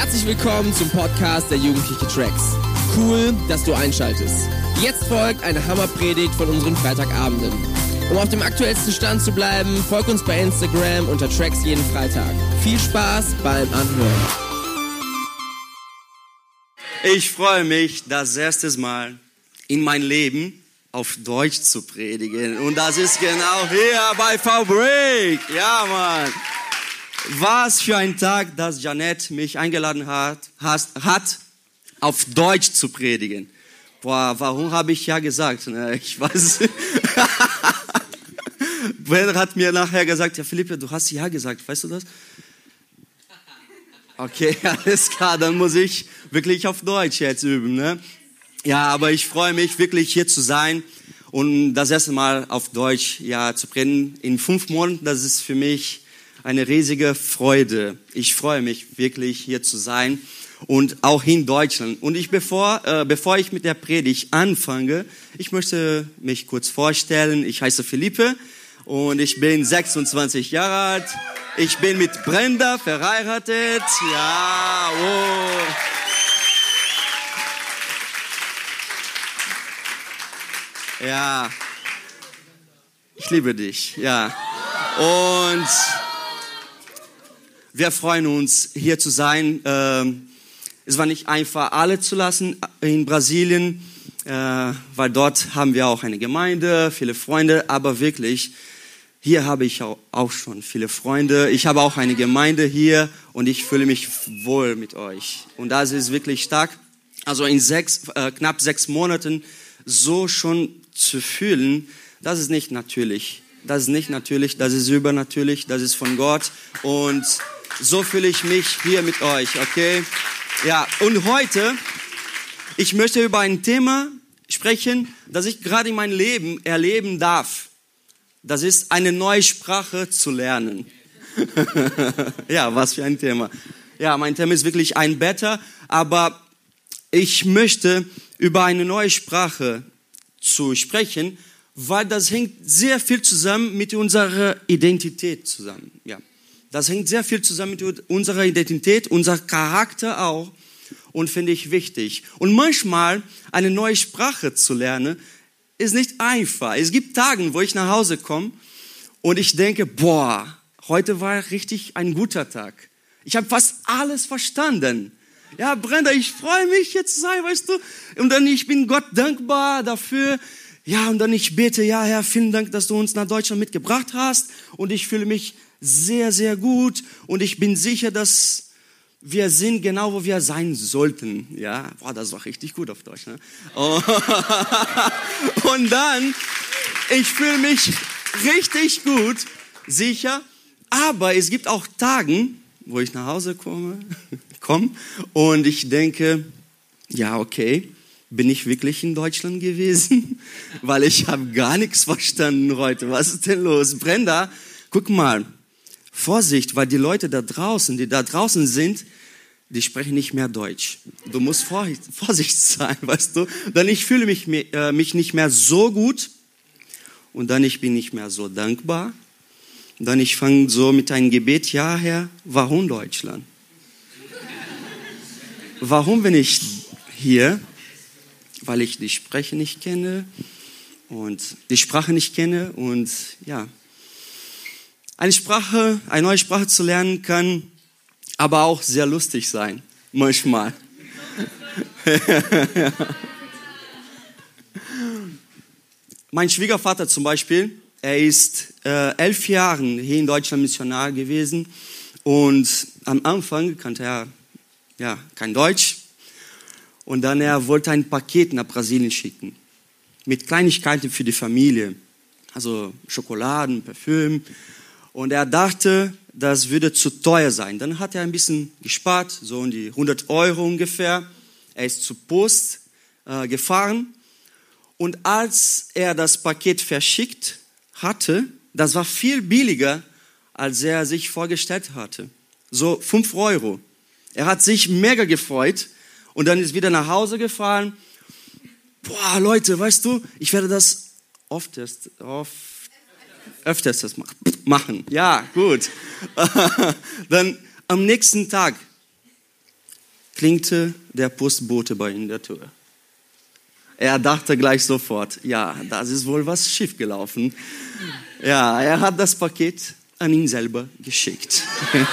Herzlich willkommen zum Podcast der Jugendliche Tracks. Cool, dass du einschaltest. Jetzt folgt eine Hammerpredigt von unseren Freitagabenden. Um auf dem aktuellsten Stand zu bleiben, folg uns bei Instagram unter Tracks jeden Freitag. Viel Spaß beim Anhören. Ich freue mich, das erste Mal in meinem Leben auf Deutsch zu predigen. Und das ist genau hier bei Fabrik. Ja, Mann. Was für ein Tag, dass Janet mich eingeladen hat, auf Deutsch zu predigen. Boah, warum habe ich ja gesagt? Ich weiß. Brenner hat mir nachher gesagt, ja Philippe, du hast ja gesagt, weißt du das? Okay, alles klar, dann muss ich wirklich auf Deutsch jetzt üben, ne? Ja, aber ich freue mich wirklich hier zu sein und das erste Mal auf Deutsch zu predigen. In 5 Monaten, das ist für mich eine riesige Freude. Ich freue mich wirklich hier zu sein und auch in Deutschland. Und bevor ich mit der Predigt anfange, ich möchte mich kurz vorstellen. Ich heiße Philippe und ich bin 26 Jahre alt. Ich bin mit Brenda verheiratet. Ja, oh. Ja, ich liebe dich. Ja, und wir freuen uns, hier zu sein. Es war nicht einfach, alle zu lassen in Brasilien, weil dort haben wir auch eine Gemeinde, viele Freunde, aber wirklich, hier habe ich auch schon viele Freunde. Ich habe auch eine Gemeinde hier und ich fühle mich wohl mit euch. Und das ist wirklich stark. Also in knapp 6 Monaten so schon zu fühlen, das ist nicht natürlich. Das ist nicht natürlich, das ist übernatürlich, das ist von Gott. Und so fühle ich mich hier mit euch, okay? Ja, und heute, ich möchte über ein Thema sprechen, das ich gerade in meinem Leben erleben darf. Das ist eine neue Sprache zu lernen. Ja, was für ein Thema. Ja, mein Thema ist wirklich ein Better, aber ich möchte über eine neue Sprache zu sprechen, weil das hängt sehr viel zusammen mit unserer Identität zusammen. Ja, das hängt sehr viel zusammen mit unserer Identität, unser Charakter auch und finde ich wichtig. Und manchmal eine neue Sprache zu lernen, ist nicht einfach. Es gibt Tage, wo ich nach Hause komme und ich denke, boah, heute war richtig ein guter Tag. Ich habe fast alles verstanden. Ja, Brenda, ich freue mich hier zu sein, weißt du. Und dann ich bin Gott dankbar dafür. Ja, und dann ich bete, ja, Herr, vielen Dank, dass du uns nach Deutschland mitgebracht hast. Und ich fühle mich sehr, sehr gut. Und ich bin sicher, dass wir sind genau, wo wir sein sollten. Ja, boah, das war richtig gut auf Deutsch, ne? Und dann, ich fühle mich richtig gut, sicher. Aber es gibt auch Tage, wo ich nach Hause komme und ich denke, ja, okay, bin ich wirklich in Deutschland gewesen? Weil ich habe gar nichts verstanden heute. Was ist denn los? Brenda, guck mal, Vorsicht, weil die Leute die da draußen sind, die sprechen nicht mehr Deutsch. Du musst vorsichtig sein, weißt du? Dann ich fühle mich nicht mehr so gut und dann ich bin nicht mehr so dankbar. Und dann ich fange so mit einem Gebet, ja Herr, warum Deutschland? Warum bin ich hier? Weil ich die Sprache nicht kenne und ja. Eine neue Sprache zu lernen kann aber auch sehr lustig sein, manchmal. Mein Schwiegervater zum Beispiel, er ist 11 Jahre hier in Deutschland Missionar gewesen und am Anfang kannte er kein Deutsch und dann er wollte ein Paket nach Brasilien schicken mit Kleinigkeiten für die Familie, also Schokoladen, Parfüm und er dachte, das würde zu teuer sein. Dann hat er ein bisschen gespart, so um die 100 Euro ungefähr. Er ist zur Post gefahren und als er das Paket verschickt hatte, das war viel billiger, als er sich vorgestellt hatte. So 5 Euro. Er hat sich mega gefreut und dann ist wieder nach Hause gefahren. Boah, Leute, weißt du, ich werde das öfters das machen. Ja, gut. Dann am nächsten Tag klingelte der Postbote bei ihm in der Tür. Er dachte gleich sofort, ja, das ist wohl was schiefgelaufen. Ja, er hat das Paket an ihn selber geschickt.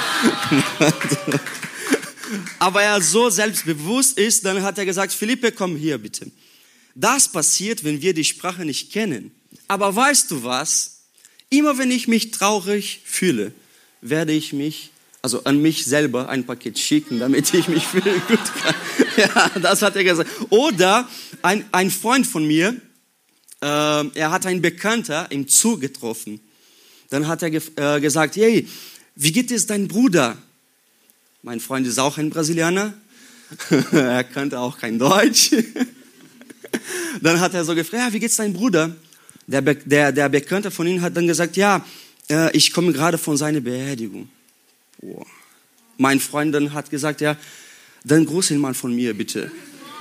Aber er so selbstbewusst ist, dann hat er gesagt, Philippe, komm hier bitte. Das passiert, wenn wir die Sprache nicht kennen. Aber weißt du was? Immer wenn ich mich traurig fühle, werde ich an mich selber ein Paket schicken, damit ich mich fühlen gut kann. Ja, das hat er gesagt. Oder ein Freund von mir, er hat einen Bekannter im Zug getroffen. Dann hat er gesagt, hey, wie geht es deinem Bruder? Mein Freund ist auch ein Brasilianer. Er kannte auch kein Deutsch. Dann hat er so gefragt, ja, wie geht's deinem Bruder? Der Bekannte von ihm hat dann gesagt, ja, ich komme gerade von seiner Beerdigung. Oh. Mein Freund dann hat gesagt, ja, dann grüß ihn mal von mir, bitte.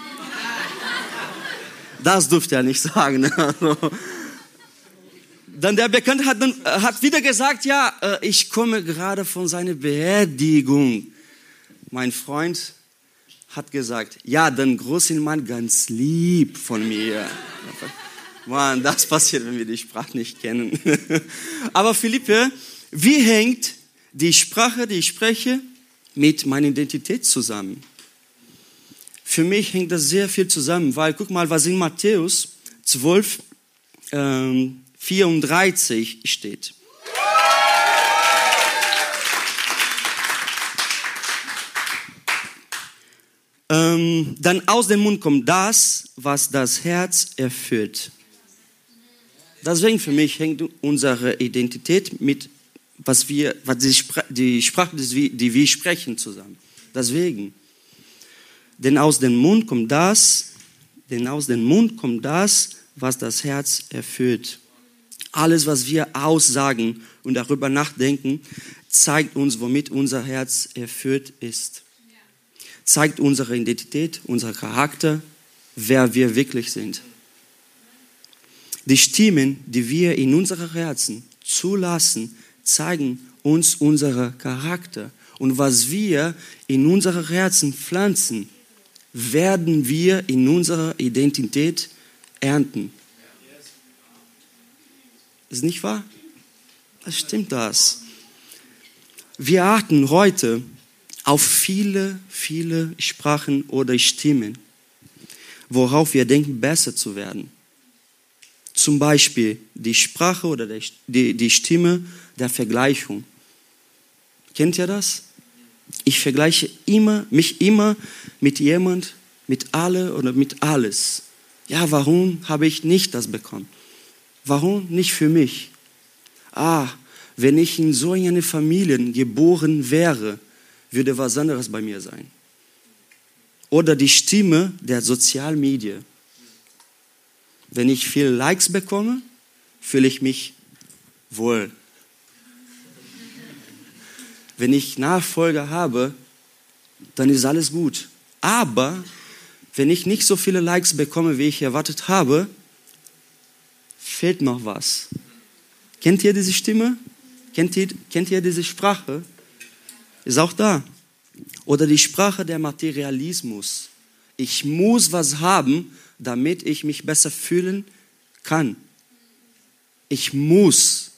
Das durfte er nicht sagen. Also. Dann der Bekannte hat wieder gesagt, ja, ich komme gerade von seiner Beerdigung. Mein Freund hat gesagt, ja, dann grüß ihn mal ganz lieb von mir. Mann, das passiert, wenn wir die Sprache nicht kennen. Aber Philippe, wie hängt die Sprache, die ich spreche, mit meiner Identität zusammen? Für mich hängt das sehr viel zusammen, weil guck mal, was in Matthäus 12, 34 steht. Dann aus dem Mund kommt das, was das Herz erfüllt. Deswegen für mich hängt unsere Identität mit die Sprache, die wir sprechen, zusammen. Deswegen, denn aus dem Mund kommt das, was das Herz erfüllt. Alles, was wir aussagen und darüber nachdenken, zeigt uns, womit unser Herz erfüllt ist. Zeigt unsere Identität, unser Charakter, wer wir wirklich sind. Die Stimmen, die wir in unseren Herzen zulassen, zeigen uns unseren Charakter. Und was wir in unseren Herzen pflanzen, werden wir in unserer Identität ernten. Ist nicht wahr? Das stimmt das. Wir achten heute auf viele Sprachen oder Stimmen, worauf wir denken, besser zu werden. Zum Beispiel die Sprache oder die Stimme der Vergleichung. Kennt ihr das? Ich vergleiche mich immer mit jemand, mit alle oder mit alles. Ja, warum habe ich nicht das bekommen? Warum nicht für mich? Wenn ich in so einer Familie geboren wäre, würde was anderes bei mir sein. Oder die Stimme der Sozialmedien. Wenn ich viele Likes bekomme, fühle ich mich wohl. Wenn ich Nachfolger habe, dann ist alles gut. Aber wenn ich nicht so viele Likes bekomme, wie ich erwartet habe, fehlt noch was. Kennt ihr diese Stimme? Kennt ihr diese Sprache? Ist auch da. Oder die Sprache der Materialismus. Ich muss was haben, damit ich mich besser fühlen kann. Ich muss.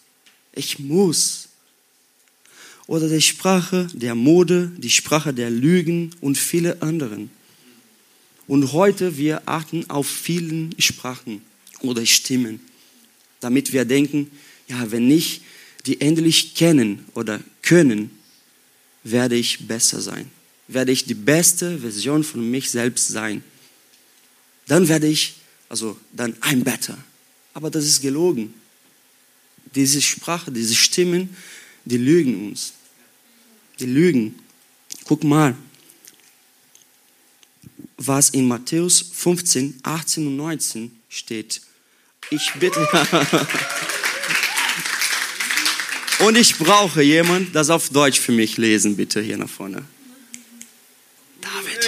Oder die Sprache der Mode, die Sprache der Lügen und viele anderen. Und heute, wir achten auf vielen Sprachen oder Stimmen, damit wir denken, ja, wenn ich die endlich kennen oder können, werde ich besser sein. Werde ich die beste Version von mich selbst sein. Dann werde ich, dann I'm better. Aber das ist gelogen. Diese Sprache, diese Stimmen, die lügen uns. Die lügen. Guck mal, was in Matthäus 15, 18 und 19 steht. Ich bitte. Und ich brauche jemanden, das auf Deutsch für mich lesen, bitte hier nach vorne. David.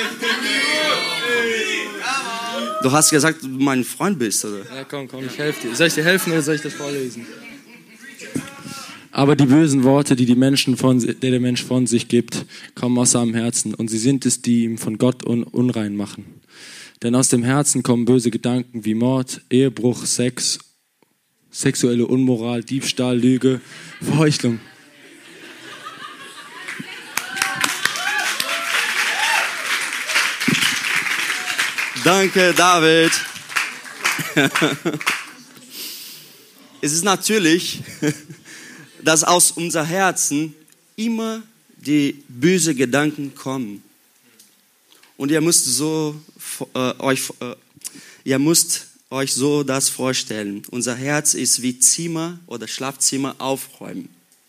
Du hast gesagt, du mein Freund bist, oder? Ja, komm, ich helfe dir. Soll ich dir helfen oder soll ich das vorlesen? Aber die bösen Worte, die der Mensch von sich gibt, kommen aus seinem Herzen. Und sie sind es, die ihm von Gott unrein machen. Denn aus dem Herzen kommen böse Gedanken wie Mord, Ehebruch, Sex, sexuelle Unmoral, Diebstahl, Lüge, Verheuchlung. Danke, David. Es ist natürlich, dass aus unser Herzen immer die bösen Gedanken kommen. Und ihr müsst euch so das vorstellen. Unser Herz ist wie Zimmer oder Schlafzimmer aufräumen.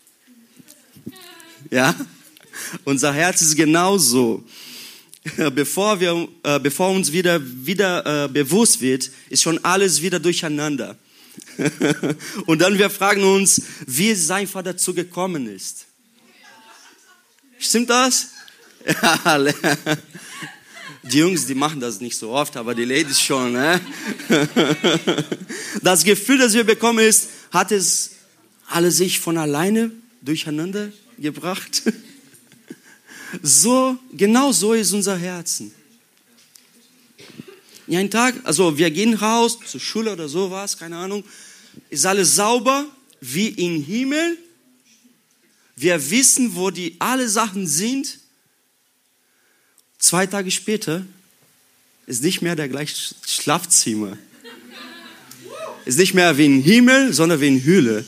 Ja? Unser Herz ist genauso. Bevor uns wieder bewusst wird, ist schon alles wieder durcheinander. Und dann wir fragen uns, wie es einfach dazu gekommen ist. Stimmt das? Ja, die Jungs, die machen das nicht so oft, aber die Ladies schon. Ne? Das Gefühl, das wir bekommen, ist, hat es alles sich von alleine durcheinander gebracht? Genau so ist unser Herzen. Ja, ein Tag, also wir gehen raus, zur Schule oder sowas, keine Ahnung, ist alles sauber, wie im Himmel. Wir wissen, wo die alle Sachen sind. 2 Tage später ist nicht mehr der gleiche Schlafzimmer. Ist nicht mehr wie im Himmel, sondern wie in Höhle.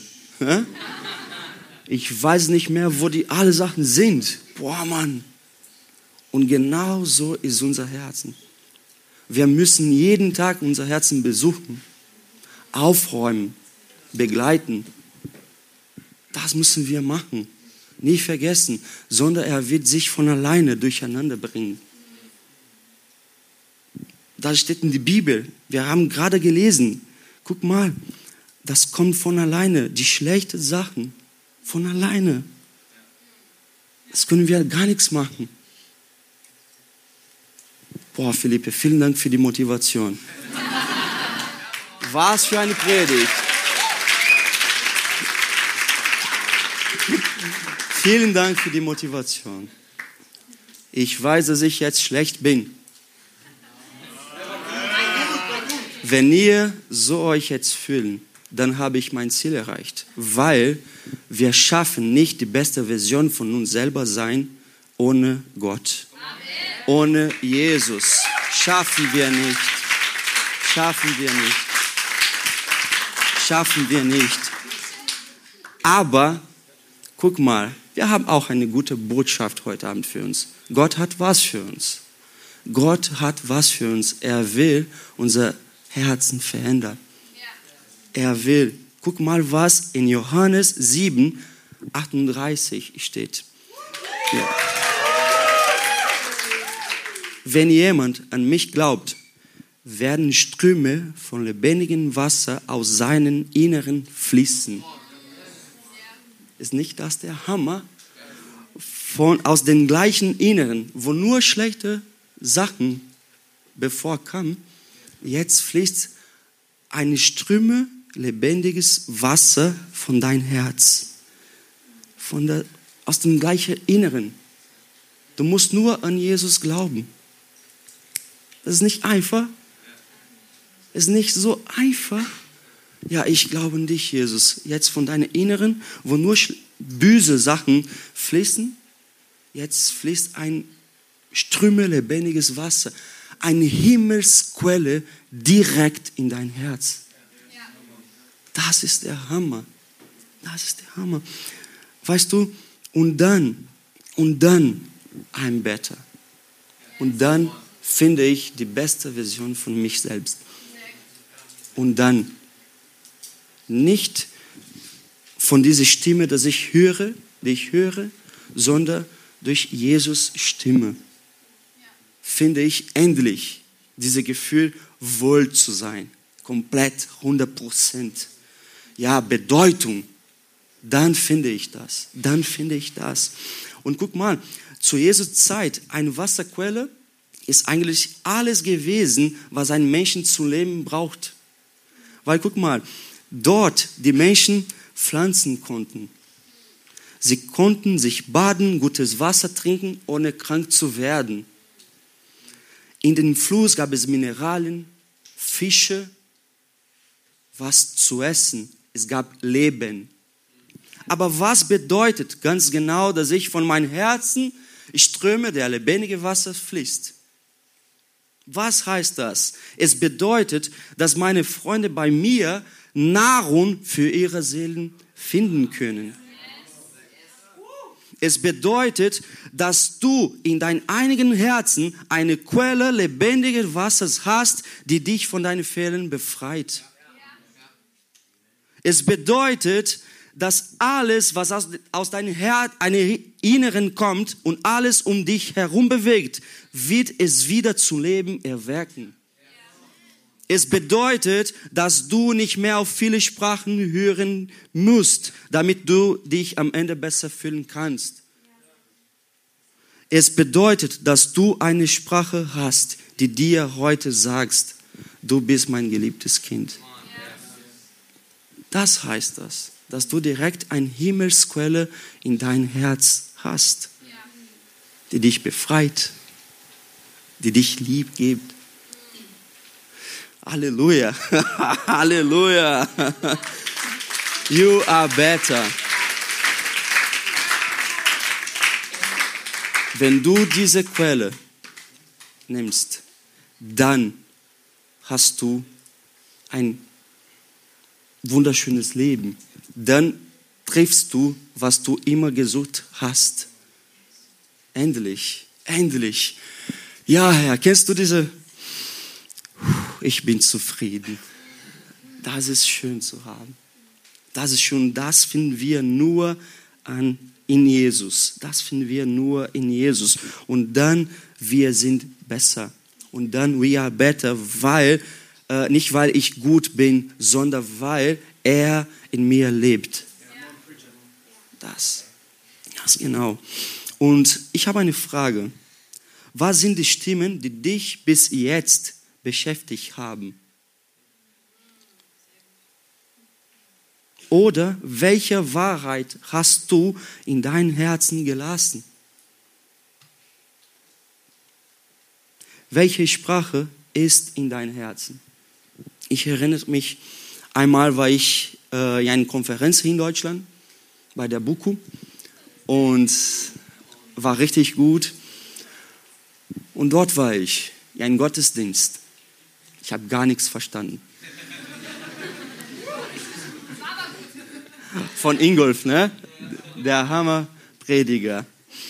Ich weiß nicht mehr, wo die alle Sachen sind. Boah, Mann. Und genau so ist unser Herzen. Wir müssen jeden Tag unser Herzen besuchen, aufräumen, begleiten. Das müssen wir machen. Nicht vergessen, sondern er wird sich von alleine durcheinander bringen. Das steht in der Bibel. Wir haben gerade gelesen. Guck mal, das kommt von alleine. Die schlechten Sachen von alleine. Das können wir gar nichts machen. Boah, Philippe, vielen Dank für die Motivation. Was für eine Predigt. Vielen Dank für die Motivation. Ich weiß, dass ich jetzt schlecht bin. Wenn ihr so euch jetzt fühlt, dann habe ich mein Ziel erreicht. Weil wir schaffen nicht die beste Version von uns selber sein ohne Gott. Ohne Jesus. Schaffen wir nicht. Schaffen wir nicht. Schaffen wir nicht. Aber, guck mal, wir haben auch eine gute Botschaft heute Abend für uns. Gott hat was für uns. Gott hat was für uns. Er will unser Herzen verändern. Er will. Guck mal, was in Johannes 7, 38 steht. Ja. Wenn jemand an mich glaubt, werden Ströme von lebendigem Wasser aus seinen Inneren fließen. Ist nicht das der Hammer? Aus den gleichen Inneren, wo nur schlechte Sachen bevor kamen, jetzt fließt eine Ströme lebendiges Wasser von dein Herz. Aus dem gleichen Inneren. Du musst nur an Jesus glauben. Das ist nicht einfach. Das ist nicht so einfach. Ja, ich glaube an dich, Jesus. Jetzt von deinem Inneren, wo nur böse Sachen fließen, jetzt fließt ein Ströme lebendiges Wasser. Eine Himmelsquelle direkt in dein Herz. Das ist der Hammer. Das ist der Hammer. Weißt du, und dann, I'm better. Und dann finde ich die beste Version von mich selbst. Und dann nicht von dieser Stimme, die ich höre, sondern durch Jesus Stimme finde ich endlich dieses Gefühl, wohl zu sein. Komplett, 100%. Ja, Bedeutung. Dann finde ich das. Dann finde ich das. Und guck mal, zu Jesu Zeit, eine Wasserquelle ist eigentlich alles gewesen, was ein Menschen zum Leben braucht. Weil guck mal, dort die Menschen pflanzen konnten. Sie konnten sich baden, gutes Wasser trinken, ohne krank zu werden. In dem Fluss gab es Mineralien, Fische, was zu essen. Es gab Leben. Aber was bedeutet ganz genau, dass ich von meinem Herzen Ströme der lebendigen Wasser fließt? Was heißt das? Es bedeutet, dass meine Freunde bei mir Nahrung für ihre Seelen finden können. Es bedeutet, dass du in deinem einigen Herzen eine Quelle lebendigen Wassers hast, die dich von deinen Fehlern befreit. Es bedeutet, dass alles, was aus deinem Herz, einem Inneren kommt und alles um dich herum bewegt, wird es wieder zu Leben erwecken. Es bedeutet, dass du nicht mehr auf viele Sprachen hören musst, damit du dich am Ende besser fühlen kannst. Es bedeutet, dass du eine Sprache hast, die dir heute sagt, du bist mein geliebtes Kind. Das heißt das, dass du direkt eine Himmelsquelle in dein Herz hast, die dich befreit, die dich lieb gibt. Halleluja, Halleluja. You are better. Wenn du diese Quelle nimmst, dann hast du ein wunderschönes Leben. Dann triffst du, was du immer gesucht hast. Endlich, endlich. Ja, Herr, kennst du diese? Ich bin zufrieden. Das ist schön zu haben. Das ist schön, das finden wir nur in Jesus. Das finden wir nur in Jesus. Und dann, wir sind besser. Und dann, we are better, weil, nicht weil ich gut bin, sondern weil er in mir lebt. Das genau. Und ich habe eine Frage. Was sind die Stimmen, die dich bis jetzt beschäftigt haben? Oder welche Wahrheit hast du in dein Herzen gelassen? Welche Sprache ist in dein Herzen? Ich erinnere mich, einmal war ich in einer Konferenz in Deutschland, bei der BUKU, und war richtig gut. Und dort war ich, in einem Gottesdienst. Ich habe gar nichts verstanden. Von Ingolf, ne? Der Hammerprediger.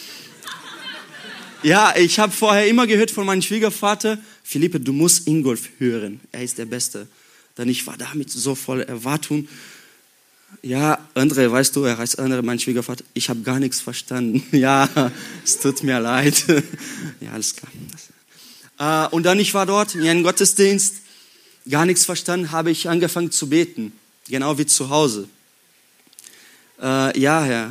Ja, ich habe vorher immer gehört von meinem Schwiegervater, Philippe, du musst Ingolf hören. Er ist der Beste. Dann ich war damit so voller Erwartung. Ja, André, weißt du, er heißt André, mein Schwiegervater. Ich habe gar nichts verstanden. Ja, es tut mir leid. Ja, alles klar. Und dann ich war dort in einem Gottesdienst, gar nichts verstanden, habe ich angefangen zu beten. Genau wie zu Hause. Ja, Herr,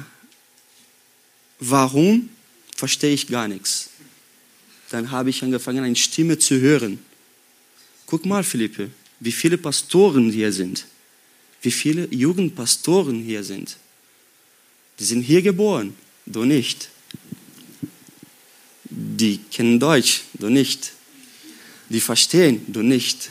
warum verstehe ich gar nichts? Dann habe ich angefangen, eine Stimme zu hören. Guck mal, Philippe, wie viele Pastoren hier sind. Wie viele Jugendpastoren hier sind. Die sind hier geboren, du nicht. Die kennen Deutsch, du nicht. Die verstehen, du nicht.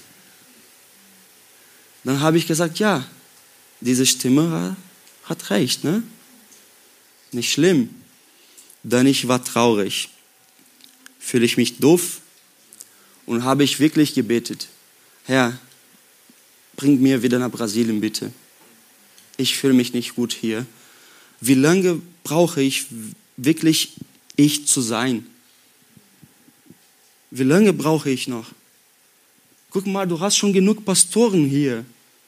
Dann habe ich gesagt, ja, diese Stimme hat recht, ne? Nicht schlimm. Dann ich war traurig. Fühle ich mich doof und habe ich wirklich gebetet. Herr, bring mir wieder nach Brasilien, bitte. Ich fühle mich nicht gut hier. Wie lange brauche ich wirklich, ich zu sein? Wie lange brauche ich noch? Guck mal, du hast schon genug Pastoren hier.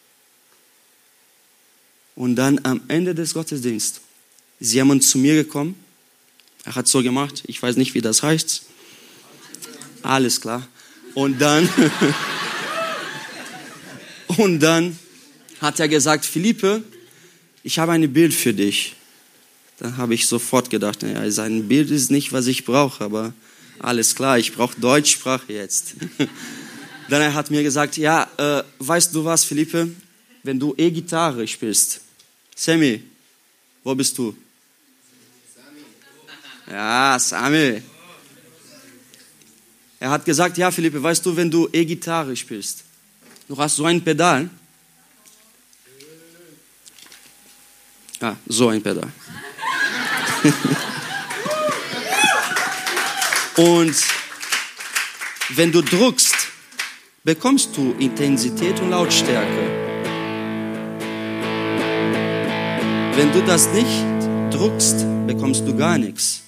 Und dann am Ende des Gottesdienstes ist jemand zu mir gekommen. Er hat so gemacht, ich weiß nicht, wie das heißt. Alles klar. Und dann hat er gesagt, Philippe, ich habe ein Bild für dich. Dann habe ich sofort gedacht, ja, sein Bild ist nicht, was ich brauche, aber alles klar, ich brauche Deutschsprache jetzt. Dann hat er mir gesagt, ja, weißt du was, Philippe, wenn du E-Gitarre spielst, Sammy, wo bist du? Ja, Samuel. Er hat gesagt, ja, Philippe, weißt du, wenn du E-Gitarre spielst, du hast so ein Pedal. Ah, so ein Pedal. Und wenn du drückst, bekommst du Intensität und Lautstärke. Wenn du das nicht drückst, bekommst du gar nichts.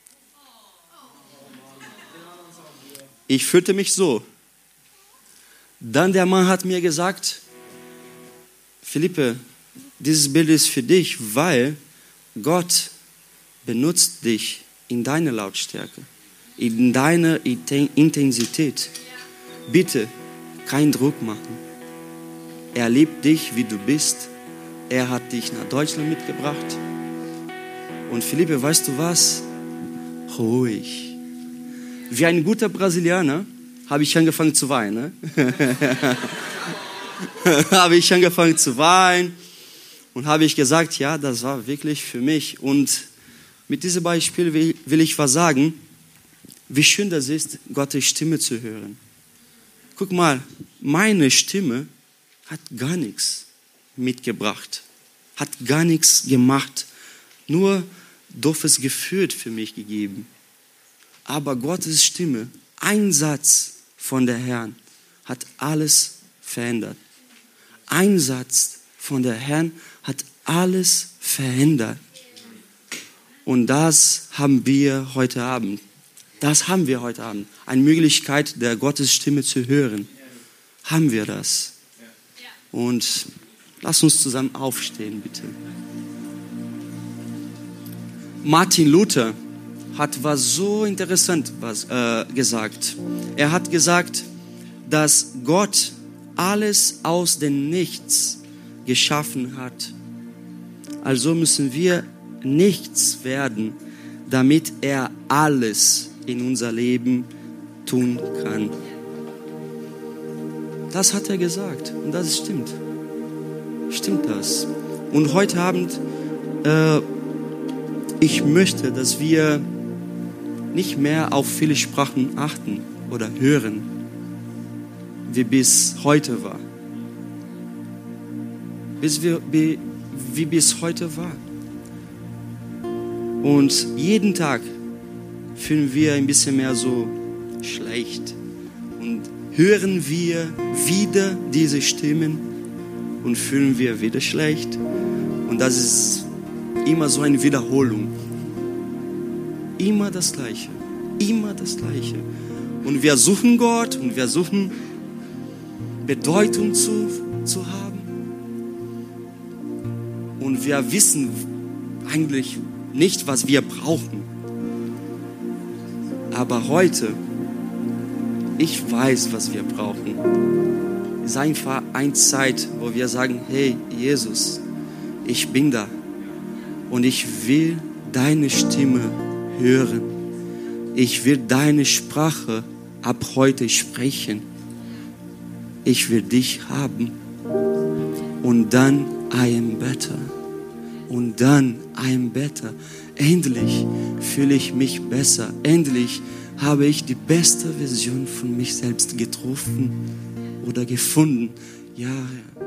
Ich fühlte mich so. Dann der Mann hat mir gesagt, Philippe, dieses Bild ist für dich, weil Gott benutzt dich in deiner Lautstärke, in deiner Intensität. Bitte, keinen Druck machen. Er liebt dich, wie du bist. Er hat dich nach Deutschland mitgebracht. Und Philippe, weißt du was? Ruhig. Wie ein guter Brasilianer habe ich angefangen zu weinen. Habe ich angefangen zu weinen und habe ich gesagt, ja, das war wirklich für mich. Und mit diesem Beispiel will ich was sagen, wie schön das ist, Gottes Stimme zu hören. Guck mal, meine Stimme hat gar nichts mitgebracht, hat gar nichts gemacht, nur doofes Gefühl für mich gegeben. Aber Gottes Stimme, ein Satz von der Herrn, hat alles verändert. Ein Satz von der Herrn hat alles verändert. Und das haben wir heute Abend. Das haben wir heute Abend. Eine Möglichkeit, der Gottes Stimme zu hören. Haben wir das? Und lass uns zusammen aufstehen, bitte. Martin Luther hat was so interessant gesagt. Er hat gesagt, dass Gott alles aus dem Nichts geschaffen hat. Also müssen wir nichts werden, damit er alles in unser Leben tun kann. Das hat er gesagt und das stimmt. Stimmt das? Und heute Abend, ich möchte, dass wir nicht mehr auf viele Sprachen achten oder hören, wie bis heute war. Wie bis heute war. Und jeden Tag fühlen wir ein bisschen mehr so schlecht und hören wir wieder diese Stimmen und fühlen wir wieder schlecht. Und das ist immer so eine Wiederholung. Immer das Gleiche. Immer das Gleiche. Und wir suchen Gott und wir suchen Bedeutung zu haben. Und wir wissen eigentlich nicht, was wir brauchen. Aber heute, ich weiß, was wir brauchen. Es ist einfach eine Zeit, wo wir sagen, hey Jesus, ich bin da. Und ich will deine Stimme hören. Ich will deine Sprache ab heute sprechen. Ich will dich haben. Und dann I am better. Und dann I am better. Endlich fühle ich mich besser. Endlich habe ich die beste Version von mich selbst getroffen oder gefunden. Ja, Herr.